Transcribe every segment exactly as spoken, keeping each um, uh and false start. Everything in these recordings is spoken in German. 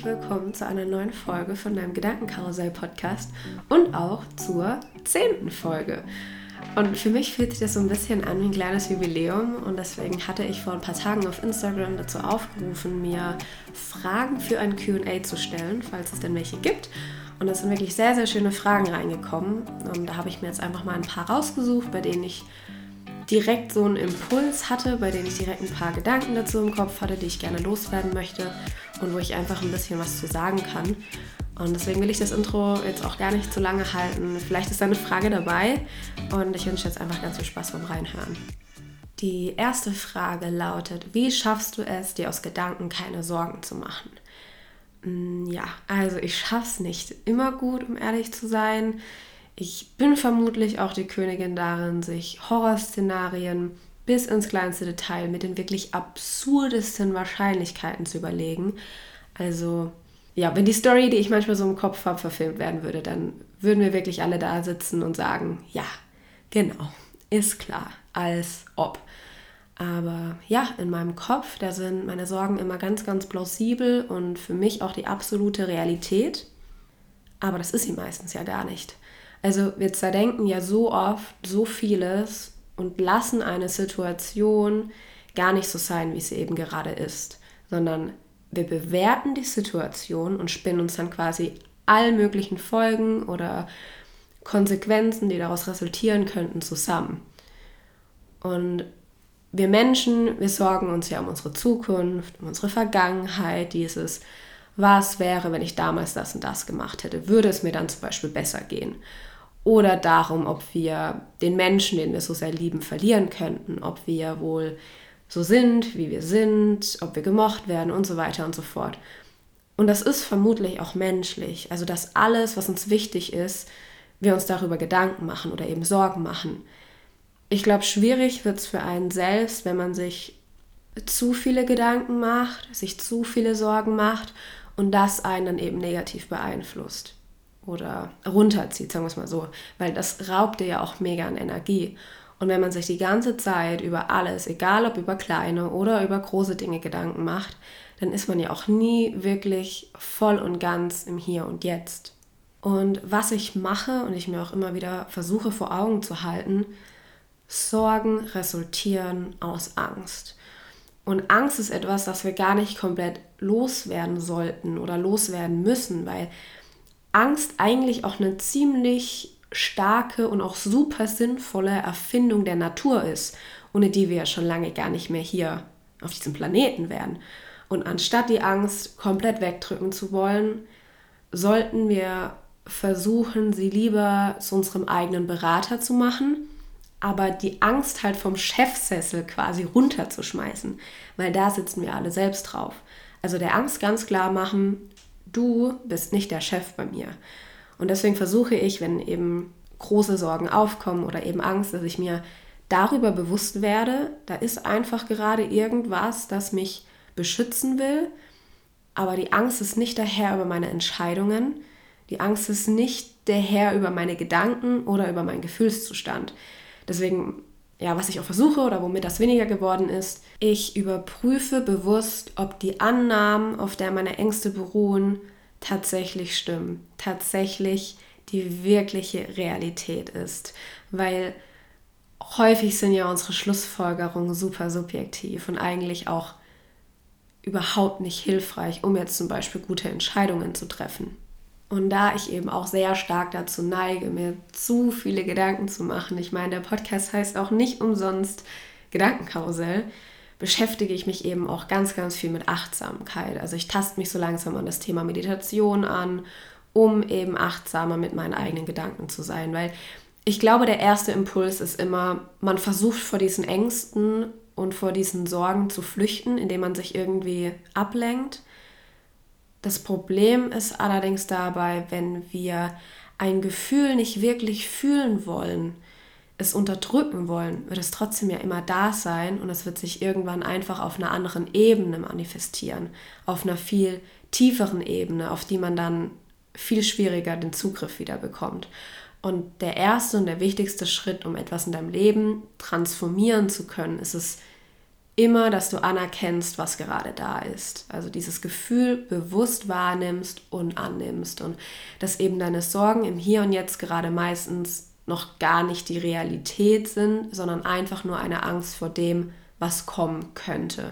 willkommen zu einer neuen Folge von deinem Gedankenkarussell-Podcast und auch zur zehnten Folge. Und für mich fühlt sich das so ein bisschen an wie ein kleines Jubiläum und deswegen hatte ich vor ein paar Tagen auf Instagram dazu aufgerufen, mir Fragen für ein Q und A zu stellen, falls es denn welche gibt. Und es sind wirklich sehr, sehr schöne Fragen reingekommen. Und da habe ich mir jetzt einfach mal ein paar rausgesucht, bei denen ich direkt so einen Impuls hatte, bei denen ich direkt ein paar Gedanken dazu im Kopf hatte, die ich gerne loswerden möchte und wo ich einfach ein bisschen was zu sagen kann. Und deswegen will ich das Intro jetzt auch gar nicht zu lange halten. Vielleicht ist da eine Frage dabei und ich wünsche jetzt einfach ganz viel Spaß beim Reinhören. Die erste Frage lautet: Wie schaffst du es, dir aus Gedanken keine Sorgen zu machen? Ja, also ich schaff's nicht immer gut, um ehrlich zu sein. Ich bin vermutlich auch die Königin darin, sich Horrorszenarien bis ins kleinste Detail mit den wirklich absurdesten Wahrscheinlichkeiten zu überlegen. Also, ja, wenn die Story, die ich manchmal so im Kopf habe, verfilmt werden würde, dann würden wir wirklich alle da sitzen und sagen, ja, genau, ist klar, als ob. Aber ja, in meinem Kopf, da sind meine Sorgen immer ganz, ganz plausibel und für mich auch die absolute Realität. Aber das ist sie meistens ja gar nicht. Also wir zerdenken ja so oft so vieles und lassen eine Situation gar nicht so sein, wie sie eben gerade ist, sondern wir bewerten die Situation und spinnen uns dann quasi all möglichen Folgen oder Konsequenzen, die daraus resultieren könnten, zusammen. Und wir Menschen, wir sorgen uns ja um unsere Zukunft, um unsere Vergangenheit, dieses was wäre, wenn ich damals das und das gemacht hätte, würde es mir dann zum Beispiel besser gehen. Oder darum, ob wir den Menschen, den wir so sehr lieben, verlieren könnten, ob wir wohl so sind, wie wir sind, ob wir gemocht werden und so weiter und so fort. Und das ist vermutlich auch menschlich, also dass alles, was uns wichtig ist, wir uns darüber Gedanken machen oder eben Sorgen machen. Ich glaube, schwierig wird es für einen selbst, wenn man sich zu viele Gedanken macht, sich zu viele Sorgen macht und das einen dann eben negativ beeinflusst oder runterzieht, sagen wir es mal so, weil das raubt dir ja auch mega an Energie. Und wenn man sich die ganze Zeit über alles, egal ob über kleine oder über große Dinge Gedanken macht, dann ist man ja auch nie wirklich voll und ganz im Hier und Jetzt. Und was ich mache und ich mir auch immer wieder versuche vor Augen zu halten, Sorgen resultieren aus Angst. Und Angst ist etwas, das wir gar nicht komplett loswerden sollten oder loswerden müssen, weil Angst eigentlich auch eine ziemlich starke und auch super sinnvolle Erfindung der Natur ist, ohne die wir ja schon lange gar nicht mehr hier auf diesem Planeten wären. Und anstatt die Angst komplett wegdrücken zu wollen, sollten wir versuchen, sie lieber zu unserem eigenen Berater zu machen, aber die Angst halt vom Chefsessel quasi runterzuschmeißen, weil da sitzen wir alle selbst drauf. Also der Angst ganz klar machen, du bist nicht der Chef bei mir. Und deswegen versuche ich, wenn eben große Sorgen aufkommen oder eben Angst, dass ich mir darüber bewusst werde, da ist einfach gerade irgendwas, das mich beschützen will, aber die Angst ist nicht der Herr über meine Entscheidungen, die Angst ist nicht der Herr über meine Gedanken oder über meinen Gefühlszustand. Deswegen, ja, was ich auch versuche oder womit das weniger geworden ist, ich überprüfe bewusst, ob die Annahmen, auf der meine Ängste beruhen, tatsächlich stimmen, tatsächlich die wirkliche Realität ist. Weil häufig sind ja unsere Schlussfolgerungen super subjektiv und eigentlich auch überhaupt nicht hilfreich, um jetzt zum Beispiel gute Entscheidungen zu treffen. Und da ich eben auch sehr stark dazu neige, mir zu viele Gedanken zu machen, ich meine, der Podcast heißt auch nicht umsonst Gedankenkarussell, beschäftige ich mich eben auch ganz, ganz viel mit Achtsamkeit. Also ich taste mich so langsam an das Thema Meditation an, um eben achtsamer mit meinen eigenen Gedanken zu sein. Weil ich glaube, der erste Impuls ist immer, man versucht vor diesen Ängsten und vor diesen Sorgen zu flüchten, indem man sich irgendwie ablenkt. Das Problem ist allerdings dabei, wenn wir ein Gefühl nicht wirklich fühlen wollen, es unterdrücken wollen, wird es trotzdem ja immer da sein und es wird sich irgendwann einfach auf einer anderen Ebene manifestieren, auf einer viel tieferen Ebene, auf die man dann viel schwieriger den Zugriff wieder bekommt. Und der erste und der wichtigste Schritt, um etwas in deinem Leben transformieren zu können, ist es, immer, dass du anerkennst, was gerade da ist. Also dieses Gefühl bewusst wahrnimmst und annimmst und dass eben deine Sorgen im Hier und Jetzt gerade meistens noch gar nicht die Realität sind, sondern einfach nur eine Angst vor dem, was kommen könnte.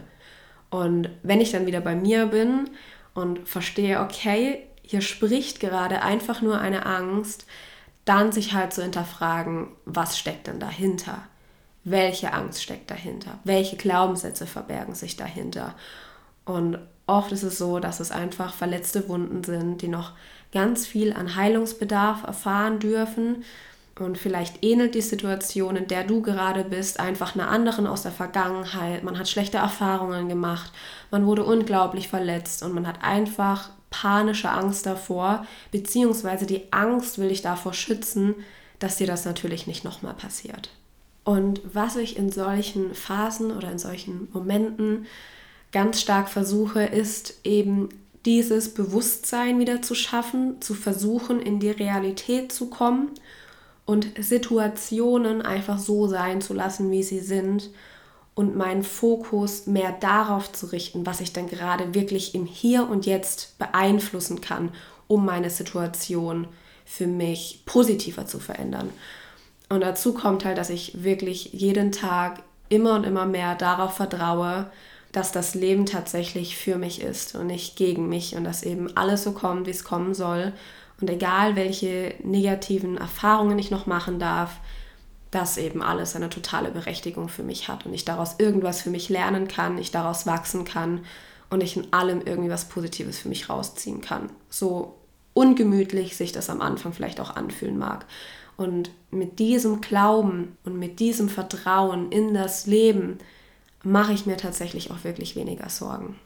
Und wenn ich dann wieder bei mir bin und verstehe, okay, hier spricht gerade einfach nur eine Angst, dann sich halt zu hinterfragen, was steckt denn dahinter? Welche Angst steckt dahinter? Welche Glaubenssätze verbergen sich dahinter? Und oft ist es so, dass es einfach verletzte Wunden sind, die noch ganz viel an Heilungsbedarf erfahren dürfen. Und vielleicht ähnelt die Situation, in der du gerade bist, einfach einer anderen aus der Vergangenheit. Man hat schlechte Erfahrungen gemacht, man wurde unglaublich verletzt und man hat einfach panische Angst davor, beziehungsweise die Angst will dich davor schützen, dass dir das natürlich nicht nochmal passiert. Und was ich in solchen Phasen oder in solchen Momenten ganz stark versuche, ist eben dieses Bewusstsein wieder zu schaffen, zu versuchen, in die Realität zu kommen und Situationen einfach so sein zu lassen, wie sie sind und meinen Fokus mehr darauf zu richten, was ich dann gerade wirklich im Hier und Jetzt beeinflussen kann, um meine Situation für mich positiver zu verändern. Und dazu kommt halt, dass ich wirklich jeden Tag immer und immer mehr darauf vertraue, dass das Leben tatsächlich für mich ist und nicht gegen mich und dass eben alles so kommt, wie es kommen soll. Und egal, welche negativen Erfahrungen ich noch machen darf, dass eben alles eine totale Berechtigung für mich hat und ich daraus irgendwas für mich lernen kann, ich daraus wachsen kann und ich in allem irgendwie was Positives für mich rausziehen kann. So ungemütlich sich das am Anfang vielleicht auch anfühlen mag. Und mit diesem Glauben und mit diesem Vertrauen in das Leben mache ich mir tatsächlich auch wirklich weniger Sorgen.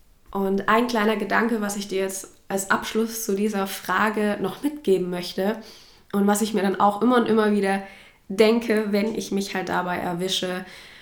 Und ein kleiner Gedanke, was ich dir jetzt als Abschluss zu dieser Frage noch mitgeben möchte und was ich mir dann auch immer und immer wieder denke, wenn ich mich halt dabei erwische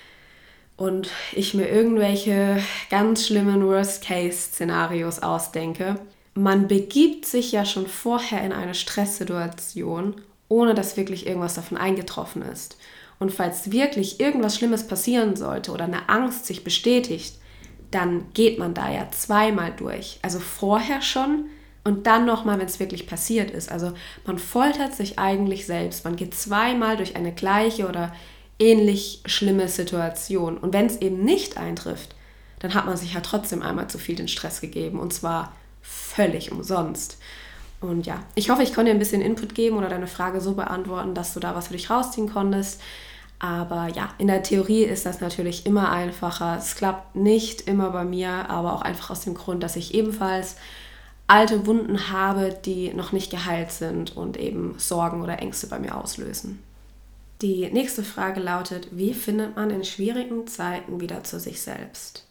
und ich mir irgendwelche ganz schlimmen Worst-Case-Szenarios ausdenke. Man begibt sich ja schon vorher in eine Stresssituation, ohne dass wirklich irgendwas davon eingetroffen ist. Und falls wirklich irgendwas Schlimmes passieren sollte oder eine Angst sich bestätigt, dann geht man da ja zweimal durch. Also vorher schon und dann nochmal, wenn es wirklich passiert ist. Also man foltert sich eigentlich selbst. Man geht zweimal durch eine gleiche oder ähnlich schlimme Situation. Und wenn es eben nicht eintrifft, dann hat man sich ja trotzdem einmal zu viel den Stress gegeben. Und zwar völlig umsonst. Und ja, ich hoffe, ich konnte dir ein bisschen Input geben oder deine Frage so beantworten, dass du da was für dich rausziehen konntest. Aber ja, in der Theorie ist das natürlich immer einfacher. Es klappt nicht immer bei mir, aber auch einfach aus dem Grund, dass ich ebenfalls alte Wunden habe, die noch nicht geheilt sind und eben Sorgen oder Ängste bei mir auslösen. Die nächste Frage lautet: Wie findet man in schwierigen Zeiten wieder zu sich selbst?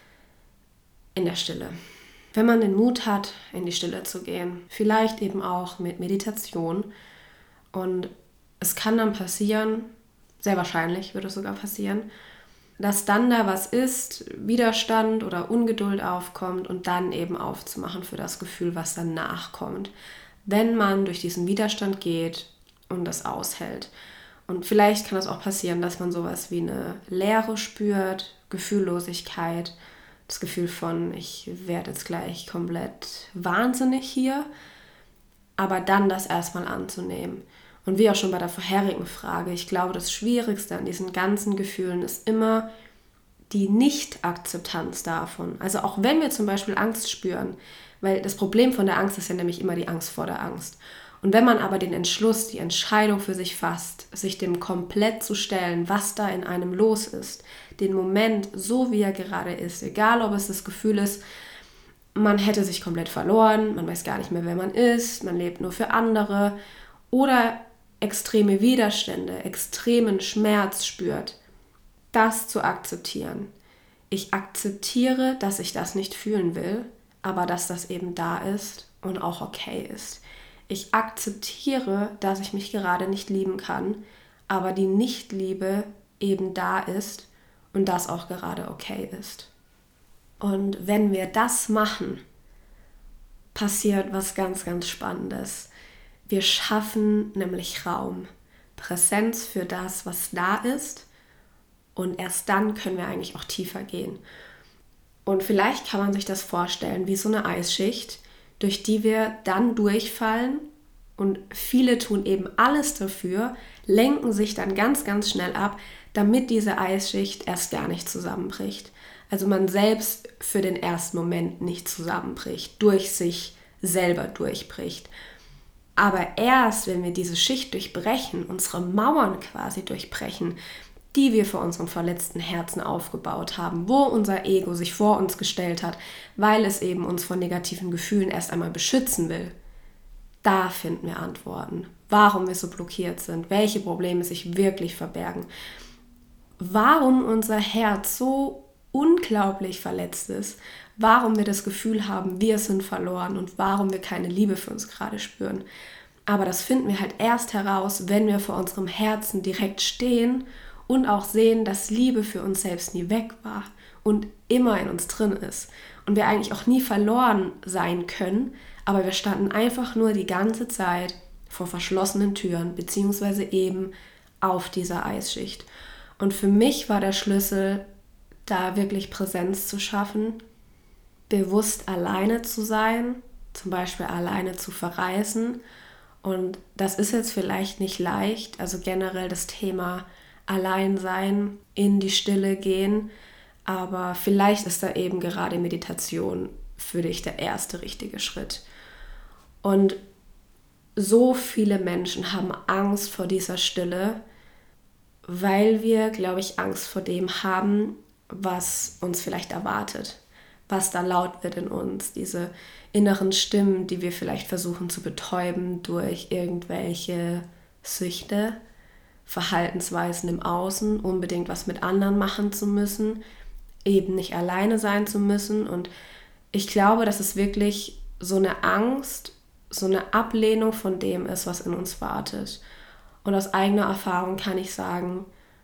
In der Stille. Wenn man den Mut hat, in die Stille zu gehen, vielleicht eben auch mit Meditation. Und es kann dann passieren, sehr wahrscheinlich wird es sogar passieren, dass dann da was ist, Widerstand oder Ungeduld aufkommt und dann eben aufzumachen für das Gefühl, was danach kommt. Wenn man durch diesen Widerstand geht und das aushält. Und vielleicht kann es auch passieren, dass man sowas wie eine Leere spürt, Gefühllosigkeit, das Gefühl von, ich werde jetzt gleich komplett wahnsinnig hier, aber dann das erstmal anzunehmen. Und wie auch schon bei der vorherigen Frage, ich glaube, das Schwierigste an diesen ganzen Gefühlen ist immer die Nicht-Akzeptanz davon. Also auch wenn wir zum Beispiel Angst spüren, weil das Problem von der Angst ist ja nämlich immer die Angst vor der Angst. Und wenn man aber den Entschluss, die Entscheidung für sich fasst, sich dem komplett zu stellen, was da in einem los ist, den Moment so wie er gerade ist, egal ob es das Gefühl ist, man hätte sich komplett verloren, man weiß gar nicht mehr, wer man ist, man lebt nur für andere oder extreme Widerstände, extremen Schmerz spürt, das zu akzeptieren. Ich akzeptiere, dass ich das nicht fühlen will, aber dass das eben da ist und auch okay ist. Ich akzeptiere, dass ich mich gerade nicht lieben kann, aber die Nichtliebe eben da ist und das auch gerade okay ist. Und wenn wir das machen, passiert was ganz, ganz Spannendes. Wir schaffen nämlich Raum, Präsenz für das, was da ist Und erst dann können wir eigentlich auch tiefer gehen. Und vielleicht kann man sich das vorstellen wie so eine Eisschicht, durch die wir dann durchfallen. Und viele tun eben alles dafür, lenken sich dann ganz, ganz schnell ab, damit diese Eisschicht erst gar nicht zusammenbricht. Also man selbst für den ersten Moment nicht zusammenbricht, durch sich selber durchbricht. Aber erst, wenn wir diese Schicht durchbrechen, unsere Mauern quasi durchbrechen, die wir vor unserem verletzten Herzen aufgebaut haben, wo unser Ego sich vor uns gestellt hat, weil es eben uns vor negativen Gefühlen erst einmal beschützen will, da finden wir Antworten, warum wir so blockiert sind, welche Probleme sich wirklich verbergen, warum unser Herz so unglaublich verletzt ist, warum wir das Gefühl haben, wir sind verloren und warum wir keine Liebe für uns gerade spüren. Aber das finden wir halt erst heraus, wenn wir vor unserem Herzen direkt stehen und auch sehen, dass Liebe für uns selbst nie weg war und immer in uns drin ist. Und wir eigentlich auch nie verloren sein können, aber wir standen einfach nur die ganze Zeit vor verschlossenen Türen, beziehungsweise eben auf dieser Eisschicht. Und für mich war der Schlüssel, da wirklich Präsenz zu schaffen, bewusst alleine zu sein, zum Beispiel alleine zu verreisen. Und das ist jetzt vielleicht nicht leicht, also generell das Thema Alleinsein, in die Stille gehen, aber vielleicht ist da eben gerade Meditation für dich der erste richtige Schritt. Und so viele Menschen haben Angst vor dieser Stille, weil wir, glaube ich, Angst vor dem haben, was uns vielleicht erwartet, was da laut wird in uns, diese inneren Stimmen, die wir vielleicht versuchen zu betäuben durch irgendwelche Süchte, Verhaltensweisen im Außen, unbedingt was mit anderen machen zu müssen, eben nicht alleine sein zu müssen. Und ich glaube, dass es wirklich so eine Angst, so eine Ablehnung von dem ist, was in uns wartet. Und aus eigener Erfahrung kann ich sagen,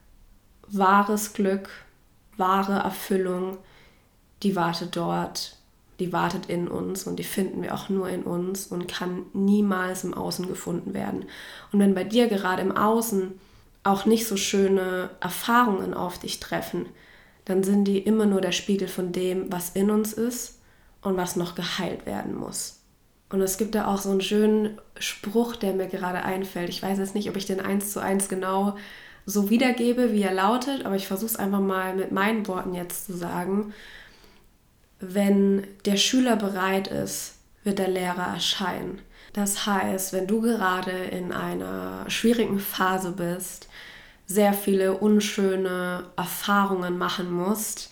wahres Glück, wahre Erfüllung, die wartet dort, die wartet in uns und die finden wir auch nur in uns und kann niemals im Außen gefunden werden. Und wenn bei dir gerade im Außen auch nicht so schöne Erfahrungen auf dich treffen, dann sind die immer nur der Spiegel von dem, was in uns ist und was noch geheilt werden muss. Und es gibt da auch so einen schönen Spruch, der mir gerade einfällt. Ich weiß jetzt nicht, ob ich den eins zu eins genau so wiedergebe, wie er lautet, aber ich versuche es einfach mal mit meinen Worten jetzt zu sagen. Wenn der Schüler bereit ist, wird der Lehrer erscheinen. Das heißt, wenn du gerade in einer schwierigen Phase bist, sehr viele unschöne Erfahrungen machen musst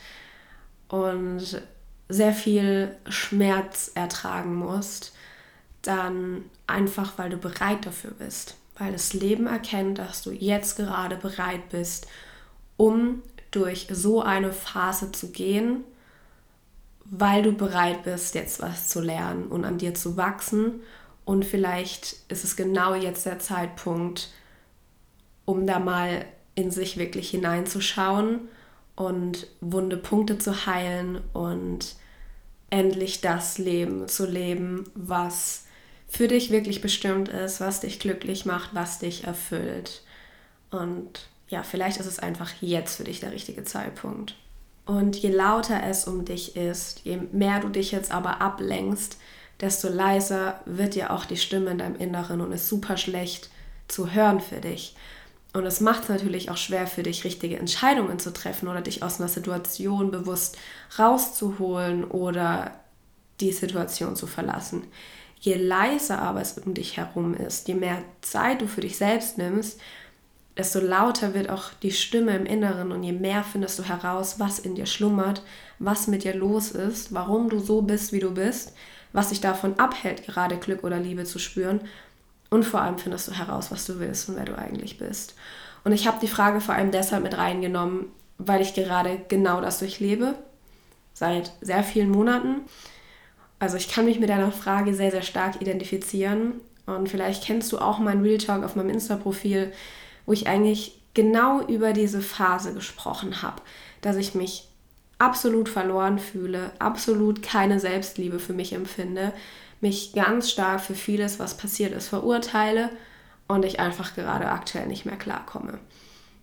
und sehr viel Schmerz ertragen musst, dann einfach, weil du bereit dafür bist, weil das Leben erkennt, dass du jetzt gerade bereit bist, um durch so eine Phase zu gehen, weil du bereit bist, jetzt was zu lernen und an dir zu wachsen. Und vielleicht ist es genau jetzt der Zeitpunkt, um da mal in sich wirklich hineinzuschauen und wunde Punkte zu heilen und endlich das Leben zu leben, was für dich wirklich bestimmt ist, was dich glücklich macht, was dich erfüllt. Und ja, vielleicht ist es einfach jetzt für dich der richtige Zeitpunkt. Und je lauter es um dich ist, je mehr du dich jetzt aber ablenkst, desto leiser wird dir auch die Stimme in deinem Inneren und ist super schlecht zu hören für dich. Und es macht es natürlich auch schwer für dich, richtige Entscheidungen zu treffen oder dich aus einer Situation bewusst rauszuholen oder die Situation zu verlassen. Je leiser aber es um dich herum ist, je mehr Zeit du für dich selbst nimmst, desto lauter wird auch die Stimme im Inneren und je mehr findest du heraus, was in dir schlummert, was mit dir los ist, warum du so bist, wie du bist, was dich davon abhält, gerade Glück oder Liebe zu spüren. Und vor allem findest du heraus, was du willst und wer du eigentlich bist. Und ich habe die Frage vor allem deshalb mit reingenommen, weil ich gerade genau das durchlebe, seit sehr vielen Monaten. Also ich kann mich mit deiner Frage sehr, sehr stark identifizieren. Und vielleicht kennst du auch meinen Real Talk auf meinem Insta-Profil, wo ich eigentlich genau über diese Phase gesprochen habe, dass ich mich absolut verloren fühle, absolut keine Selbstliebe für mich empfinde, mich ganz stark für vieles, was passiert ist, verurteile und ich einfach gerade aktuell nicht mehr klarkomme.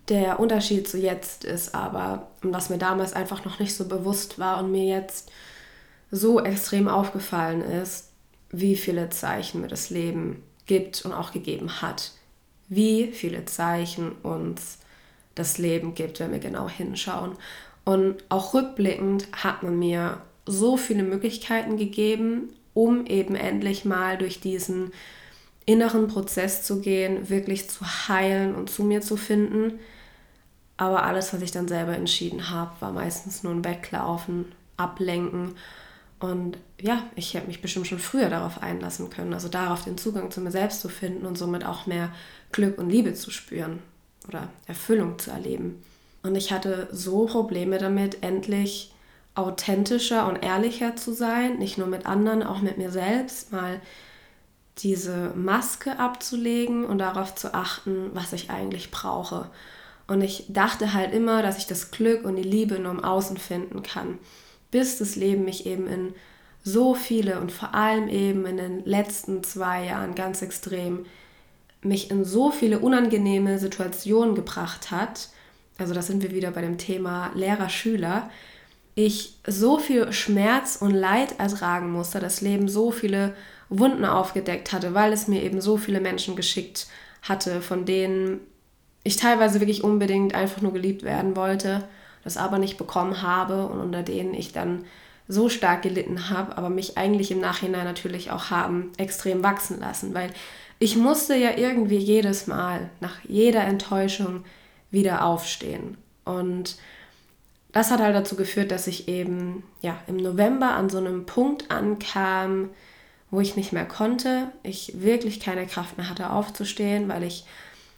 Der Unterschied zu jetzt ist aber, was mir damals einfach noch nicht so bewusst war und mir jetzt so extrem aufgefallen ist, wie viele Zeichen mir das Leben gibt und auch gegeben hat. Wie viele Zeichen uns das Leben gibt, wenn wir genau hinschauen. Und auch rückblickend hat man mir so viele Möglichkeiten gegeben, um eben endlich mal durch diesen inneren Prozess zu gehen, wirklich zu heilen und zu mir zu finden. Aber alles, was ich dann selber entschieden habe, war meistens nur ein Weglaufen, Ablenken. Und ja, ich hätte mich bestimmt schon früher darauf einlassen können, also darauf den Zugang zu mir selbst zu finden und somit auch mehr Glück und Liebe zu spüren oder Erfüllung zu erleben. Und ich hatte so Probleme damit, endlich authentischer und ehrlicher zu sein, nicht nur mit anderen, auch mit mir selbst, mal diese Maske abzulegen und darauf zu achten, was ich eigentlich brauche. Und ich dachte halt immer, dass ich das Glück und die Liebe nur im Außen finden kann, bis das Leben mich eben in so viele und vor allem eben in den letzten zwei Jahren ganz extrem mich in so viele unangenehme Situationen gebracht hat. Also da sind wir wieder bei dem Thema Lehrer-Schüler. Ich so viel Schmerz und Leid ertragen musste, das Leben so viele Wunden aufgedeckt hatte, weil es mir eben so viele Menschen geschickt hatte, von denen ich teilweise wirklich unbedingt einfach nur geliebt werden wollte, das aber nicht bekommen habe und unter denen ich dann so stark gelitten habe, aber mich eigentlich im Nachhinein natürlich auch haben extrem wachsen lassen, weil ich musste ja irgendwie jedes Mal nach jeder Enttäuschung wieder aufstehen. Und das hat halt dazu geführt, dass ich eben ja, im November an so einem Punkt ankam, wo ich nicht mehr konnte. Ich wirklich keine Kraft mehr hatte aufzustehen, weil ich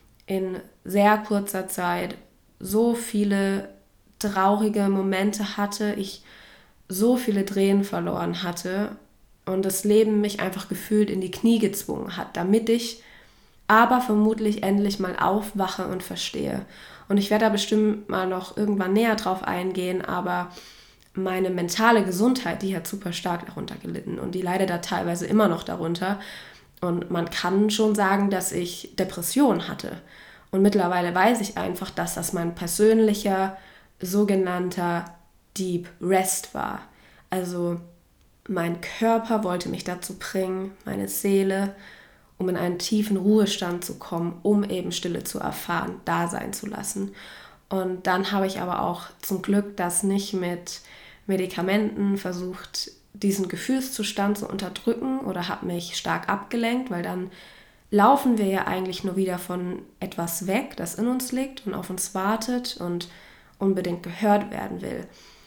in sehr kurzer Zeit so viele traurige Momente hatte, ich so viele Tränen verloren hatte und das Leben mich einfach gefühlt in die Knie gezwungen hat, damit ich aber vermutlich endlich mal aufwache und verstehe. Und ich werde da bestimmt mal noch irgendwann näher drauf eingehen, aber meine mentale Gesundheit, die hat super stark darunter gelitten und die leidet da teilweise immer noch darunter. Und man kann schon sagen, dass ich Depressionen hatte. Und mittlerweile weiß ich einfach, dass das mein persönlicher, sogenannter Deep Rest war. Also mein Körper wollte mich dazu bringen, meine Seele, um in einen tiefen Ruhestand zu kommen, um eben Stille zu erfahren, da sein zu lassen. Und dann habe ich aber auch zum Glück das nicht mit Medikamenten versucht, diesen Gefühlszustand zu unterdrücken oder habe mich stark abgelenkt, weil dann laufen wir ja eigentlich nur wieder von etwas weg, das in uns liegt und auf uns wartet und unbedingt gehört werden will.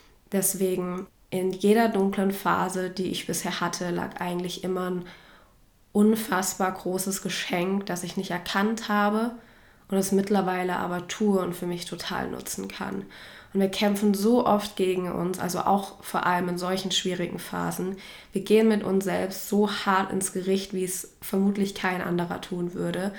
Deswegen in jeder dunklen Phase, die ich bisher hatte, lag eigentlich immer ein unfassbar großes Geschenk, das ich nicht erkannt habe und es mittlerweile aber tue und für mich total nutzen kann. Und wir kämpfen so oft gegen uns, also auch vor allem in solchen schwierigen Phasen. Wir gehen mit uns selbst so hart ins Gericht, wie es vermutlich kein anderer tun würde.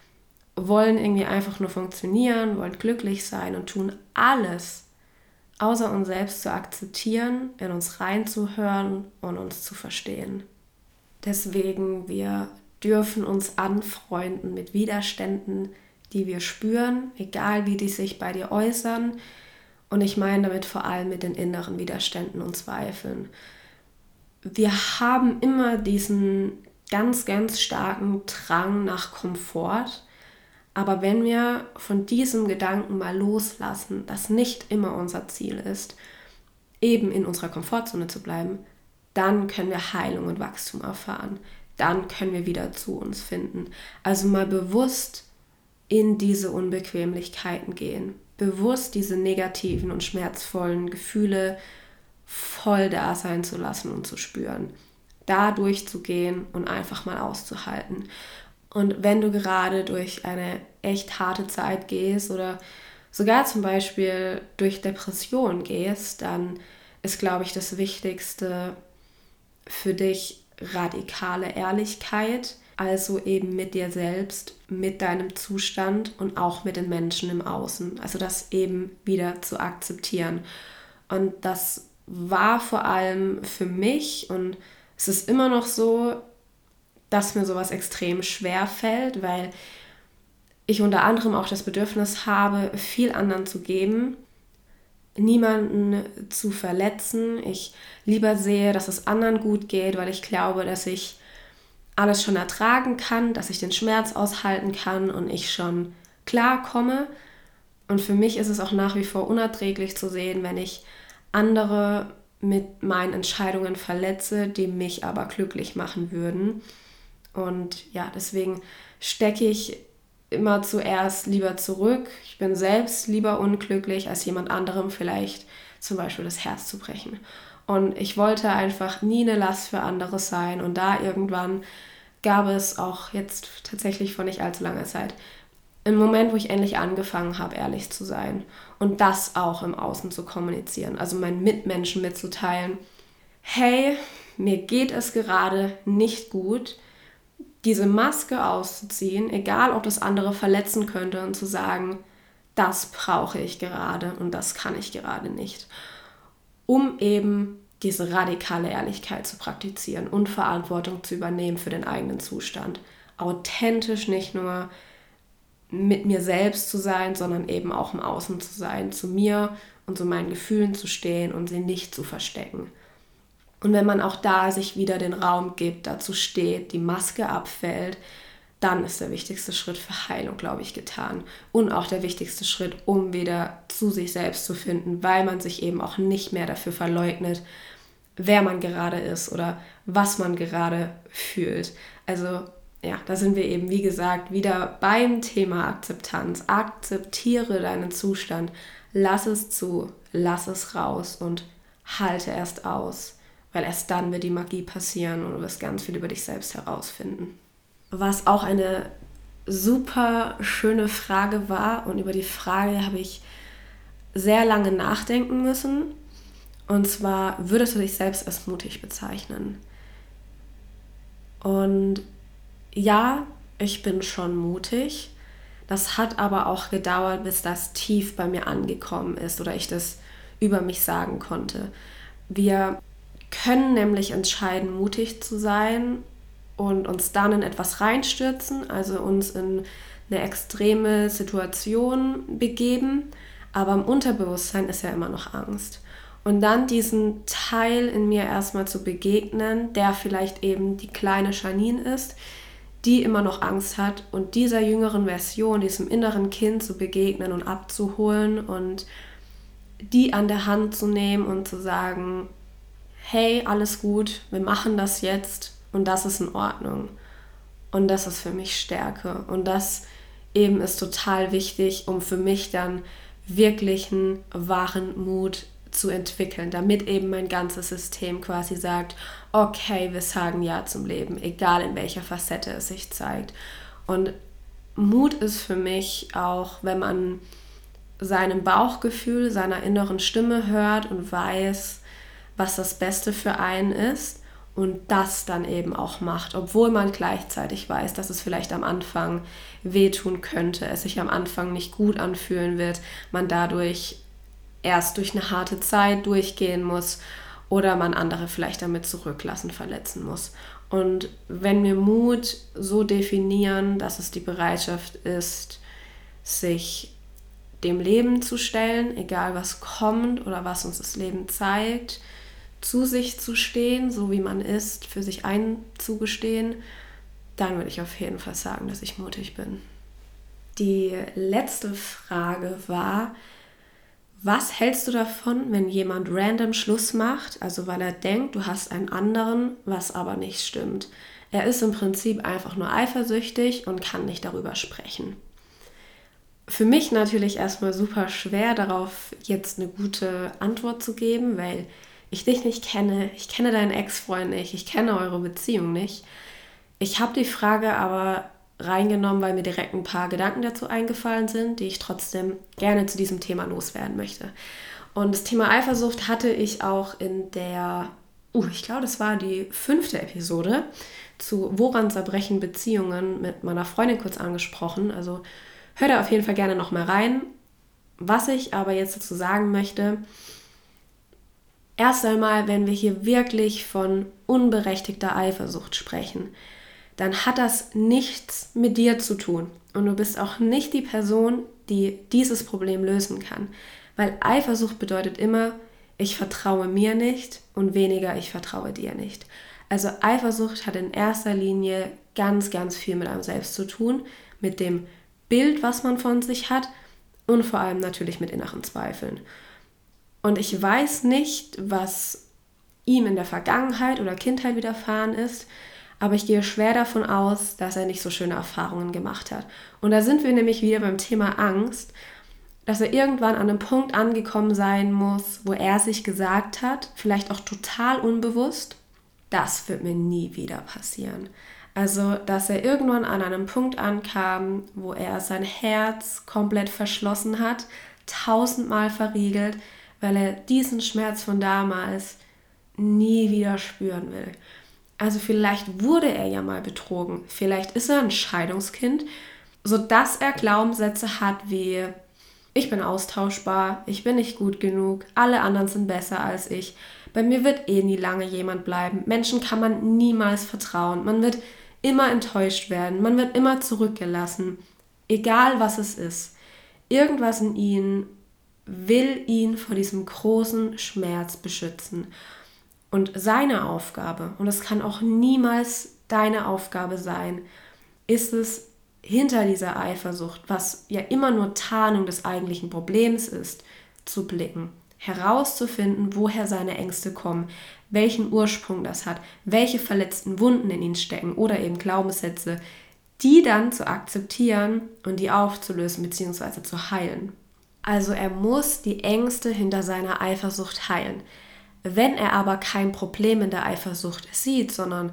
Wollen irgendwie einfach nur funktionieren, wollen glücklich sein und tun alles, außer uns selbst zu akzeptieren, in uns reinzuhören und uns zu verstehen. Deswegen, wir dürfen uns anfreunden mit Widerständen, die wir spüren, egal wie die sich bei dir äußern. Und ich meine damit vor allem mit den inneren Widerständen und Zweifeln. Wir haben immer diesen ganz, ganz starken Drang nach Komfort. Aber wenn wir von diesem Gedanken mal loslassen, dass nicht immer unser Ziel ist, eben in unserer Komfortzone zu bleiben, dann können wir Heilung und Wachstum erfahren. Dann können wir wieder zu uns finden. Also mal bewusst in diese Unbequemlichkeiten gehen. Bewusst diese negativen und schmerzvollen Gefühle voll da sein zu lassen und zu spüren. Da durchzugehen und einfach mal auszuhalten. Und wenn du gerade durch eine echt harte Zeit gehst oder sogar zum Beispiel durch Depressionen gehst, dann ist, glaube ich, das Wichtigste für dich radikale Ehrlichkeit, also eben mit dir selbst, mit deinem Zustand und auch mit den Menschen im Außen. Also das eben wieder zu akzeptieren. Und das war vor allem für mich und es ist immer noch so, dass mir sowas extrem schwer fällt, weil ich unter anderem auch das Bedürfnis habe, viel anderen zu geben, niemanden zu verletzen. Ich lieber sehe, dass es anderen gut geht, weil ich glaube, dass ich alles schon ertragen kann, dass ich den Schmerz aushalten kann und ich schon klarkomme. Und für mich ist es auch nach wie vor unerträglich zu sehen, wenn ich andere mit meinen Entscheidungen verletze, die mich aber glücklich machen würden. Und ja, deswegen stecke ich immer zuerst lieber zurück. Ich bin selbst lieber unglücklich, als jemand anderem vielleicht zum Beispiel das Herz zu brechen. Und ich wollte einfach nie eine Last für andere sein. Und da irgendwann gab es auch jetzt tatsächlich vor nicht allzu langer Zeit einen Moment, wo ich endlich angefangen habe, ehrlich zu sein. Und das auch im Außen zu kommunizieren. Also meinen Mitmenschen mitzuteilen, hey, mir geht es gerade nicht gut, diese Maske auszuziehen, egal ob das andere verletzen könnte, und zu sagen, das brauche ich gerade und das kann ich gerade nicht. Um eben diese radikale Ehrlichkeit zu praktizieren und Verantwortung zu übernehmen für den eigenen Zustand. Authentisch nicht nur mit mir selbst zu sein, sondern eben auch im Außen zu sein, zu mir und zu meinen Gefühlen zu stehen und sie nicht zu verstecken. Und wenn man auch da sich wieder den Raum gibt, dazu steht, die Maske abfällt, dann ist der wichtigste Schritt für Heilung, glaube ich, getan. Und auch der wichtigste Schritt, um wieder zu sich selbst zu finden, weil man sich eben auch nicht mehr dafür verleugnet, wer man gerade ist oder was man gerade fühlt. Also ja, da sind wir eben, wie gesagt, wieder beim Thema Akzeptanz. Akzeptiere deinen Zustand, lass es zu, lass es raus und halte erst aus, weil erst dann wird die Magie passieren und du wirst ganz viel über dich selbst herausfinden. Was auch eine super schöne Frage war, und über die Frage habe ich sehr lange nachdenken müssen. Und zwar, würdest du dich selbst als mutig bezeichnen? Und ja, ich bin schon mutig. Das hat aber auch gedauert, bis das tief bei mir angekommen ist oder ich das über mich sagen konnte. Wir können nämlich entscheiden, mutig zu sein und uns dann in etwas reinstürzen, also uns in eine extreme Situation begeben, aber im Unterbewusstsein ist ja immer noch Angst. Und dann diesen Teil in mir erstmal zu begegnen, der vielleicht eben die kleine Janine ist, die immer noch Angst hat, und dieser jüngeren Version, diesem inneren Kind zu begegnen und abzuholen und die an der Hand zu nehmen und zu sagen, hey, alles gut, wir machen das jetzt und das ist in Ordnung. Und das ist für mich Stärke. Und das eben ist total wichtig, um für mich dann wirklichen, wahren Mut zu entwickeln, damit eben mein ganzes System quasi sagt, okay, wir sagen Ja zum Leben, egal in welcher Facette es sich zeigt. Und Mut ist für mich auch, wenn man seinem Bauchgefühl, seiner inneren Stimme hört und weiß, was das Beste für einen ist und das dann eben auch macht, obwohl man gleichzeitig weiß, dass es vielleicht am Anfang wehtun könnte, es sich am Anfang nicht gut anfühlen wird, man dadurch erst durch eine harte Zeit durchgehen muss oder man andere vielleicht damit zurücklassen, verletzen muss. Und wenn wir Mut so definieren, dass es die Bereitschaft ist, sich dem Leben zu stellen, egal was kommt oder was uns das Leben zeigt, zu sich zu stehen, so wie man ist, für sich einzugestehen, dann würde ich auf jeden Fall sagen, dass ich mutig bin. Die letzte Frage war, was hältst du davon, wenn jemand random Schluss macht, also weil er denkt, du hast einen anderen, was aber nicht stimmt? Er ist im Prinzip einfach nur eifersüchtig und kann nicht darüber sprechen. Für mich natürlich erstmal super schwer, darauf jetzt eine gute Antwort zu geben, weil ich dich nicht kenne, ich kenne deinen Ex-Freund nicht, ich kenne eure Beziehung nicht. Ich habe die Frage aber reingenommen, weil mir direkt ein paar Gedanken dazu eingefallen sind, die ich trotzdem gerne zu diesem Thema loswerden möchte. Und das Thema Eifersucht hatte ich auch in der, uh, ich glaube, das war die fünfte Episode zu Woran zerbrechen Beziehungen mit meiner Freundin kurz angesprochen. Also hör da auf jeden Fall gerne nochmal rein. Was ich aber jetzt dazu sagen möchte, erst einmal, wenn wir hier wirklich von unberechtigter Eifersucht sprechen, dann hat das nichts mit dir zu tun. Und du bist auch nicht die Person, die dieses Problem lösen kann. Weil Eifersucht bedeutet immer, ich vertraue mir nicht und weniger, ich vertraue dir nicht. Also Eifersucht hat in erster Linie ganz, ganz viel mit einem selbst zu tun, mit dem Bild, was man von sich hat und vor allem natürlich mit inneren Zweifeln. Und ich weiß nicht, was ihm in der Vergangenheit oder Kindheit widerfahren ist, aber ich gehe schwer davon aus, dass er nicht so schöne Erfahrungen gemacht hat. Und da sind wir nämlich wieder beim Thema Angst, dass er irgendwann an einem Punkt angekommen sein muss, wo er sich gesagt hat, vielleicht auch total unbewusst, das wird mir nie wieder passieren. Also, dass er irgendwann an einem Punkt ankam, wo er sein Herz komplett verschlossen hat, tausendmal verriegelt, weil er diesen Schmerz von damals nie wieder spüren will. Also vielleicht wurde er ja mal betrogen, vielleicht ist er ein Scheidungskind, sodass er Glaubenssätze hat wie: Ich bin austauschbar, ich bin nicht gut genug, alle anderen sind besser als ich, bei mir wird eh nie lange jemand bleiben, Menschen kann man niemals vertrauen, man wird immer enttäuscht werden, man wird immer zurückgelassen, egal was es ist. Irgendwas in ihm will ihn vor diesem großen Schmerz beschützen. Und seine Aufgabe, und das kann auch niemals deine Aufgabe sein, ist es, hinter dieser Eifersucht, was ja immer nur Tarnung des eigentlichen Problems ist, zu blicken, herauszufinden, woher seine Ängste kommen, welchen Ursprung das hat, welche verletzten Wunden in ihn stecken oder eben Glaubenssätze, die dann zu akzeptieren und die aufzulösen bzw. zu heilen. Also er muss die Ängste hinter seiner Eifersucht heilen. Wenn er aber kein Problem in der Eifersucht sieht, sondern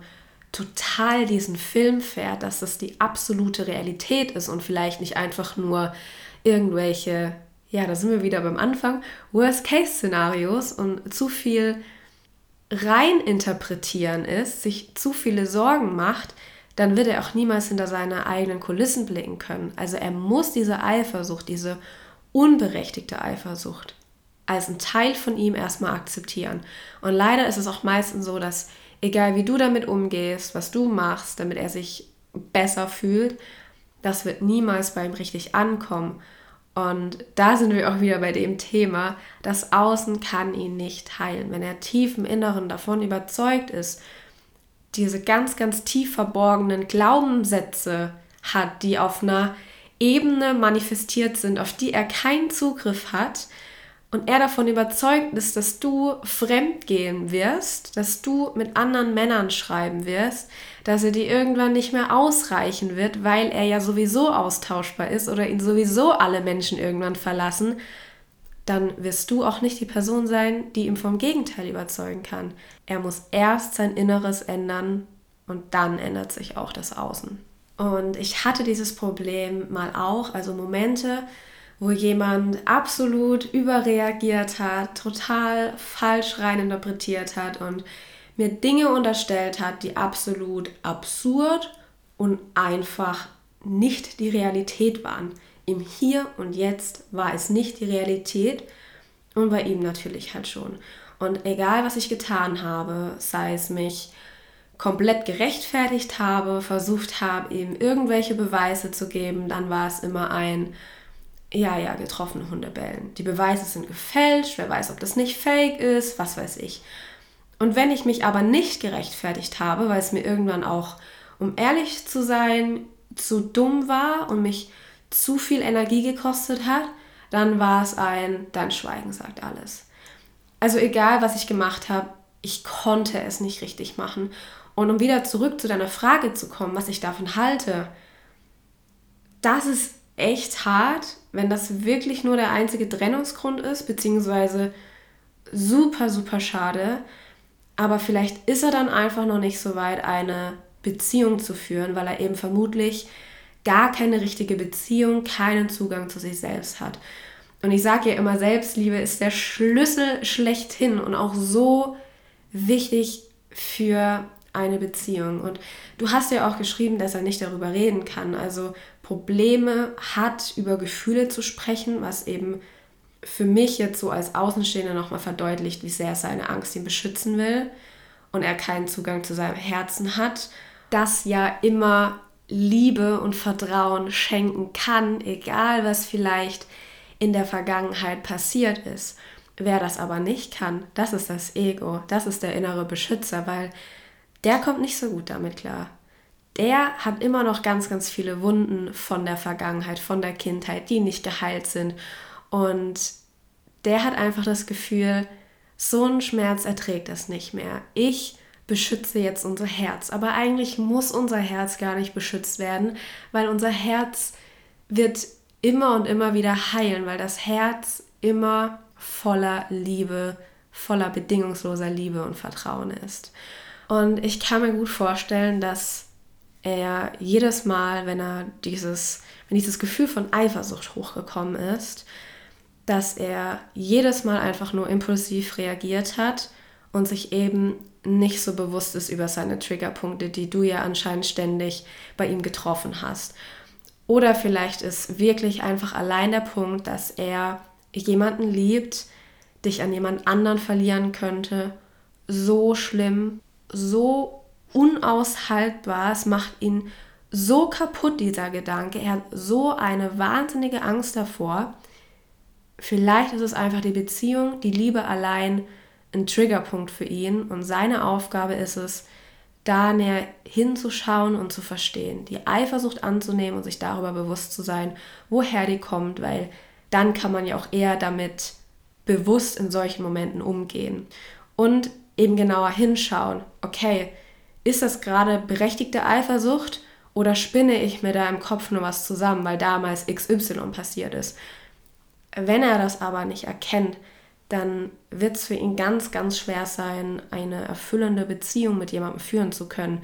total diesen Film fährt, dass das die absolute Realität ist und vielleicht nicht einfach nur irgendwelche, ja, da sind wir wieder beim Anfang, Worst-Case-Szenarios und zu viel reininterpretieren ist, sich zu viele Sorgen macht, dann wird er auch niemals hinter seine eigenen Kulissen blicken können. Also er muss diese Eifersucht, diese unberechtigte Eifersucht als ein Teil von ihm erstmal akzeptieren. Und leider ist es auch meistens so, dass egal wie du damit umgehst, was du machst, damit er sich besser fühlt, das wird niemals bei ihm richtig ankommen. Und da sind wir auch wieder bei dem Thema, das Außen kann ihn nicht heilen. Wenn er tief im Inneren davon überzeugt ist, diese ganz, ganz tief verborgenen Glaubenssätze hat, die auf einer Ebene manifestiert sind, auf die er keinen Zugriff hat, und er davon überzeugt ist, dass du fremdgehen wirst, dass du mit anderen Männern schreiben wirst, dass er dir irgendwann nicht mehr ausreichen wird, weil er ja sowieso austauschbar ist oder ihn sowieso alle Menschen irgendwann verlassen, dann wirst du auch nicht die Person sein, die ihm vom Gegenteil überzeugen kann. Er muss erst sein Inneres ändern und dann ändert sich auch das Außen. Und ich hatte dieses Problem mal auch, also Momente, wo jemand absolut überreagiert hat, total falsch reininterpretiert hat und mir Dinge unterstellt hat, die absolut absurd und einfach nicht die Realität waren. Im Hier und Jetzt war es nicht die Realität und bei ihm natürlich halt schon. Und egal, was ich getan habe, sei es mich komplett gerechtfertigt habe, versucht habe, ihm irgendwelche Beweise zu geben, dann war es immer ein Ja, ja, getroffene Hunde bellen. Die Beweise sind gefälscht, wer weiß, ob das nicht fake ist, was weiß ich. Und wenn ich mich aber nicht gerechtfertigt habe, weil es mir irgendwann auch, um ehrlich zu sein, zu dumm war und mich zu viel Energie gekostet hat, dann war es ein, dein Schweigen sagt alles. Also egal, was ich gemacht habe, ich konnte es nicht richtig machen. Und um wieder zurück zu deiner Frage zu kommen, was ich davon halte, das ist echt hart, wenn das wirklich nur der einzige Trennungsgrund ist, beziehungsweise super, super schade. Aber vielleicht ist er dann einfach noch nicht so weit, eine Beziehung zu führen, weil er eben vermutlich gar keine richtige Beziehung, keinen Zugang zu sich selbst hat. Und ich sage ja immer, Selbstliebe ist der Schlüssel schlechthin und auch so wichtig für eine Beziehung. Und du hast ja auch geschrieben, dass er nicht darüber reden kann, also Probleme hat, über Gefühle zu sprechen, was eben für mich jetzt so als Außenstehender nochmal verdeutlicht, wie sehr seine Angst ihn beschützen will und er keinen Zugang zu seinem Herzen hat. das ja immer Liebe und Vertrauen schenken kann, egal was vielleicht in der Vergangenheit passiert ist. Wer das aber nicht kann, das ist das Ego, das ist der innere Beschützer, weil der kommt nicht so gut damit klar. Der hat immer noch ganz, ganz viele Wunden von der Vergangenheit, von der Kindheit, die nicht geheilt sind. Und der hat einfach das Gefühl, so ein Schmerz erträgt es nicht mehr. Ich beschütze jetzt unser Herz. Aber eigentlich muss unser Herz gar nicht beschützt werden, weil unser Herz wird immer und immer wieder heilen, weil das Herz immer voller Liebe, voller bedingungsloser Liebe und Vertrauen ist. Und ich kann mir gut vorstellen, dass er jedes Mal, wenn er dieses, wenn dieses Gefühl von Eifersucht hochgekommen ist, dass er jedes Mal einfach nur impulsiv reagiert hat und sich eben nicht so bewusst ist über seine Triggerpunkte, die du ja anscheinend ständig bei ihm getroffen hast. Oder vielleicht ist wirklich einfach allein der Punkt, dass er jemanden liebt, dich an jemand anderen verlieren könnte, so schlimm, so unaushaltbar, es macht ihn so kaputt, dieser Gedanke, er hat so eine wahnsinnige Angst davor. Vielleicht ist es einfach die Beziehung, die Liebe allein ein Triggerpunkt für ihn und seine Aufgabe ist es, da näher hinzuschauen und zu verstehen, die Eifersucht anzunehmen und sich darüber bewusst zu sein, woher die kommt, weil dann kann man ja auch eher damit bewusst in solchen Momenten umgehen und eben genauer hinschauen, okay, ist das gerade berechtigte Eifersucht oder spinne ich mir da im Kopf nur was zusammen, weil damals X Y passiert ist. Wenn er das aber nicht erkennt, dann wird es für ihn ganz, ganz schwer sein, eine erfüllende Beziehung mit jemandem führen zu können.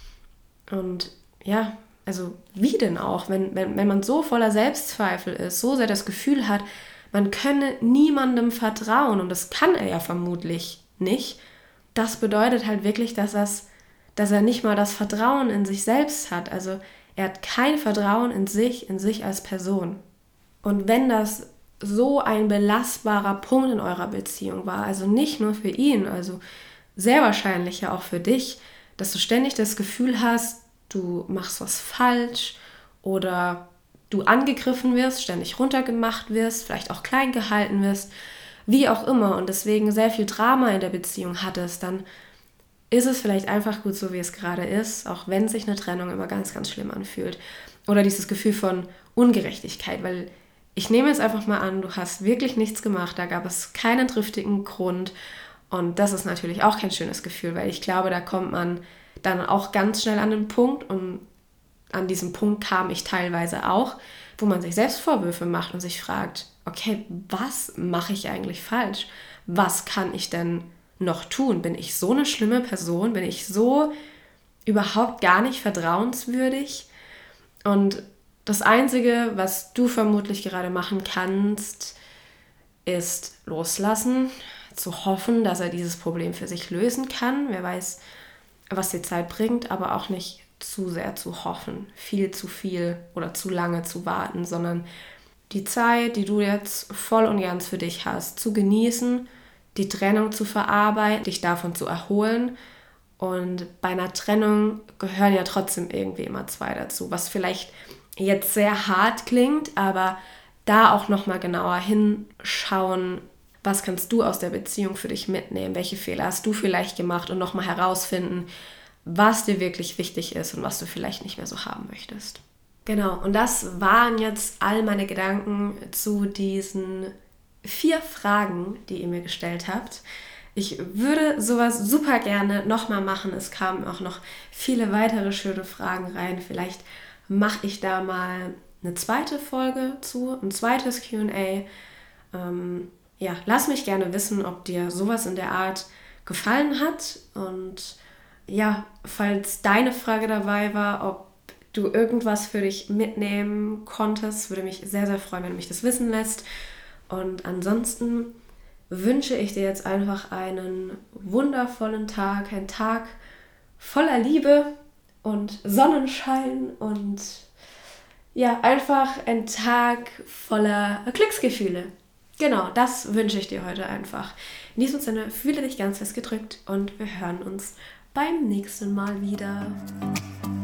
Und ja, also wie denn auch, wenn, wenn, wenn man so voller Selbstzweifel ist, so sehr das Gefühl hat, man könne niemandem vertrauen und das kann er ja vermutlich nicht, das bedeutet halt wirklich, dass, das, dass er nicht mal das Vertrauen in sich selbst hat. Also er hat kein Vertrauen in sich, in sich als Person. Und wenn das so ein belastbarer Punkt in eurer Beziehung war, also nicht nur für ihn, also sehr wahrscheinlich ja auch für dich, dass du ständig das Gefühl hast, du machst was falsch oder du angegriffen wirst, ständig runtergemacht wirst, vielleicht auch klein gehalten wirst, wie auch immer und deswegen sehr viel Drama in der Beziehung hattest, dann ist es vielleicht einfach gut so, wie es gerade ist, auch wenn sich eine Trennung immer ganz, ganz schlimm anfühlt. Oder dieses Gefühl von Ungerechtigkeit, weil ich nehme jetzt einfach mal an, du hast wirklich nichts gemacht, da gab es keinen triftigen Grund und das ist natürlich auch kein schönes Gefühl, weil ich glaube, da kommt man dann auch ganz schnell an den Punkt und an diesem Punkt kam ich teilweise auch, wo man sich selbst Vorwürfe macht und sich fragt, okay, was mache ich eigentlich falsch? Was kann ich denn noch tun? Bin ich so eine schlimme Person? Bin ich so überhaupt gar nicht vertrauenswürdig? Und das Einzige, was du vermutlich gerade machen kannst, ist loslassen, zu hoffen, dass er dieses Problem für sich lösen kann. Wer weiß, was die Zeit bringt, aber auch nicht zu sehr zu hoffen, viel zu viel oder zu lange zu warten, sondern die Zeit, die du jetzt voll und ganz für dich hast, zu genießen, die Trennung zu verarbeiten, dich davon zu erholen. Und bei einer Trennung gehören ja trotzdem irgendwie immer zwei dazu, was vielleicht jetzt sehr hart klingt, aber da auch nochmal genauer hinschauen, was kannst du aus der Beziehung für dich mitnehmen, welche Fehler hast du vielleicht gemacht und nochmal herausfinden, was dir wirklich wichtig ist und was du vielleicht nicht mehr so haben möchtest. Genau, und das waren jetzt all meine Gedanken zu diesen vier Fragen, die ihr mir gestellt habt. Ich würde sowas super gerne nochmal machen. Es kamen auch noch viele weitere schöne Fragen rein. Vielleicht mache ich da mal eine zweite Folge zu, ein zweites Q und A. Ähm, ja, lass mich gerne wissen, ob dir sowas in der Art gefallen hat. Und ja, falls deine Frage dabei war, ob du irgendwas für dich mitnehmen konntest, würde mich sehr, sehr freuen, wenn du mich das wissen lässt. Und ansonsten wünsche ich dir jetzt einfach einen wundervollen Tag, einen Tag voller Liebe und Sonnenschein und ja, einfach ein Tag voller Glücksgefühle. Genau, das wünsche ich dir heute einfach. In diesem Sinne, fühle dich ganz fest gedrückt und wir hören uns beim nächsten Mal wieder.